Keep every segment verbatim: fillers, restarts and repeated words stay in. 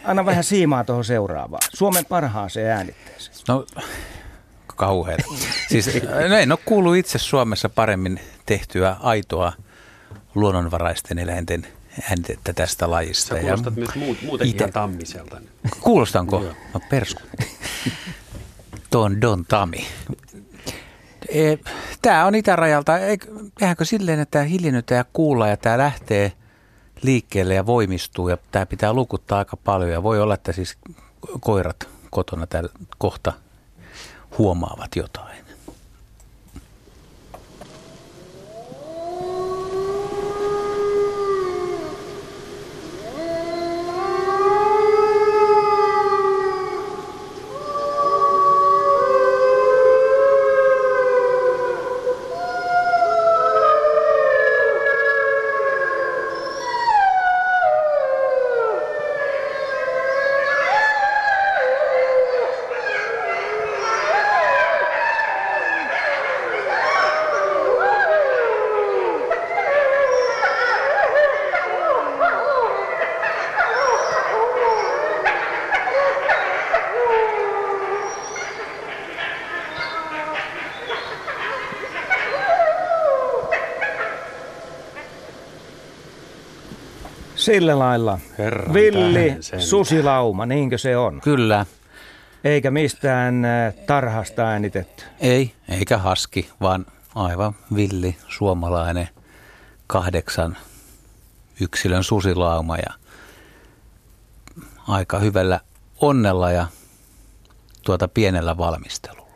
anna vähän siimaa tuohon seuraavaan. Suomen parhaaseen äänitteeseen. No, kauheeta. Siis no en ole kuullut itse Suomessa paremmin tehtyä aitoa luonnonvaraisten eläinten äänitettä tästä lajista. Sä kuulostat ja myös muut, muutenkin ite... ihan Tammiselta. Kuulostanko? No persku. Tuo on Don Tami. Tämä on itärajalta. Tehdäänkö silleen, että tämä hiljennytään ja kuullaan ja tämä lähtee liikkeelle ja voimistuu ja tämä pitää lukuttaa aika paljon ja voi olla, että siis koirat kotona täällä kohta huomaavat jotain. Sillä lailla. Herran Villi susilauma, niinkö se on? Kyllä. Eikä mistään tarhasta äänitetty. Ei, eikä haski, vaan aivan villi suomalainen kahdeksan yksilön susilauma ja aika hyvällä onnella ja tuota pienellä valmistelulla.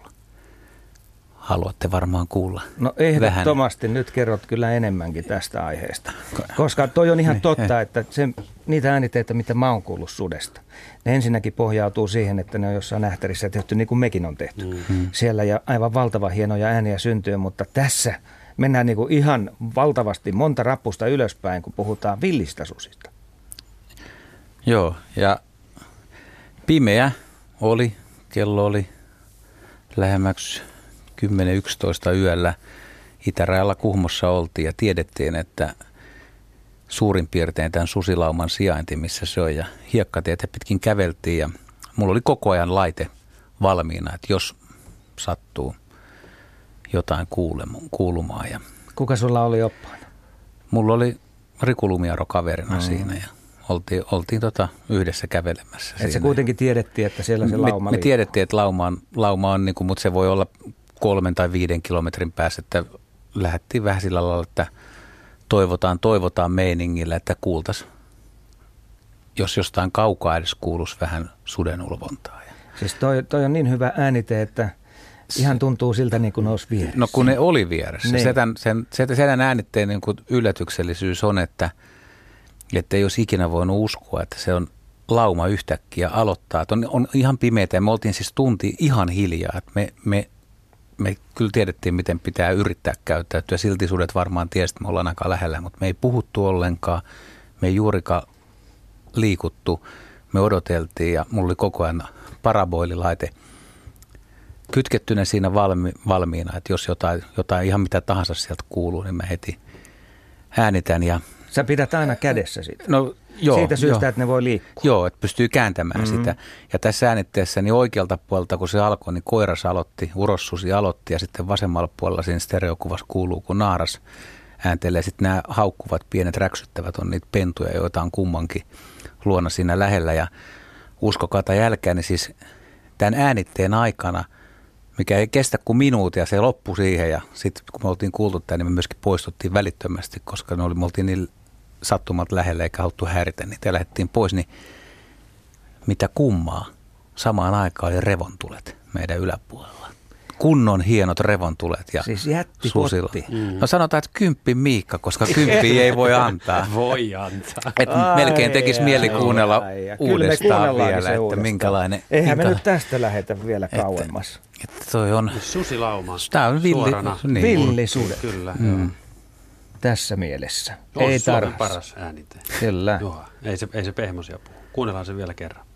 Haluatte varmaan kuulla. No ehdottomasti vähän. Nyt kerrot kyllä enemmänkin tästä aiheesta. Koska toi on ihan totta, että se, niitä äänitteitä, mitä mä oon kuullut sudesta, ne ensinnäkin pohjautuu siihen, että ne on jossain nähtärissä tehty niin kuin mekin on tehty. Mm-hmm. Siellä ja aivan valtavan hienoja ääniä syntyy, mutta tässä mennään niin kuin ihan valtavasti monta rappusta ylöspäin, kun puhutaan villistä susista. Joo, ja pimeä oli, kello oli lähemmäksi kymmenen yksitoista yöllä itärajalla Kuhmossa oltiin ja tiedettiin, että suurin piirtein tämän susilauman sijainti, missä se on, ja hiekkatietä pitkin käveltiin ja mulla oli koko ajan laite valmiina, että jos sattuu jotain kuulumaan. Ja kuka sulla oli oppaana? Mulla oli Riku Lumiaro kaverina mm. siinä ja oltiin, oltiin tota yhdessä kävelemässä. Et se kuitenkin tiedettiin, että siellä se lauma Me, me tiedettiin, että lauma on, lauma on niin kuin, mutta se voi olla kolmen tai viiden kilometrin päässä, että lähdettiin vähän sillä lailla, että toivotaan, toivotaan meiningillä, että kuultaisiin, jos jostain kaukaa edes kuuluisi vähän suden ulvontaa. Siis toi, toi on niin hyvä äänite, että ihan tuntuu siltä niin kuin ne olisi vieressä. No kun ne oli vieressä. Niin. Setän, sen, sen äänitteen niin kuin yllätyksellisyys on, että, että ei olisi ikinä voinut uskoa, että se on lauma yhtäkkiä aloittaa. On, on ihan pimeätä ja me oltiin siis tunti ihan hiljaa, että me, me Me kyllä tiedettiin, miten pitää yrittää käyttäytyä. Silti sudet varmaan tiesi, että me ollaan aika lähellä, mutta me ei puhuttu ollenkaan. Me ei juurikaan liikuttu. Me odoteltiin ja mulla oli koko ajan paraboililaite kytkettynä siinä valmi, valmiina, että jos jotain, jotain ihan mitä tahansa sieltä kuuluu, niin mä heti äänitän. Ja sä pidät aina kädessä sitä. No, joo, siitä syystä, joo. että ne voi liikkua. Joo, että pystyy kääntämään mm-hmm. sitä. Ja tässä äänitteessä niin oikealta puolelta, kun se alkoi, niin koiras aloitti, urossusi aloitti ja sitten vasemmalla puolella siinä stereokuvassa kuuluu, kun naaras ääntelee. Sitten nämä haukkuvat pienet räksyttävät on niitä pentuja, joita on kummankin luona siinä lähellä. Ja uskokaa tai älkää, niin siis tämän äänitteen aikana, mikä ei kestä kuin minuutia, se loppui siihen. Ja sitten kun me oltiin kuultu tämän, niin me myöskin poistuttiin välittömästi, koska ne oli, me oltiin niin sattumat lähelle eikä haluttu häiritä niitä ja lähdettiin pois, niin mitä kummaa. Samaan aikaan oli revontulet meidän yläpuolella. Kunnon hienot revontulet ja siis susilla. Mm. No sanotaan, että kymppi Miikka, koska kymppiä ei voi antaa. Voi antaa. Et melkein tekisi mieli kuunnella ai, ai. uudestaan vielä, että uudestaan. minkälainen. Eihän minkäla... me nyt tästä lähetä vielä kauemmas. Että, että toi on susilauma. Tämä on villi, niin. Villisudet. Kyllä. Mm. Tässä mielessä. On ei Suomen paras äänite. Kyllä. Joo, ei se, ei se pehmosia puhu. Kuunnellaan se vielä kerran.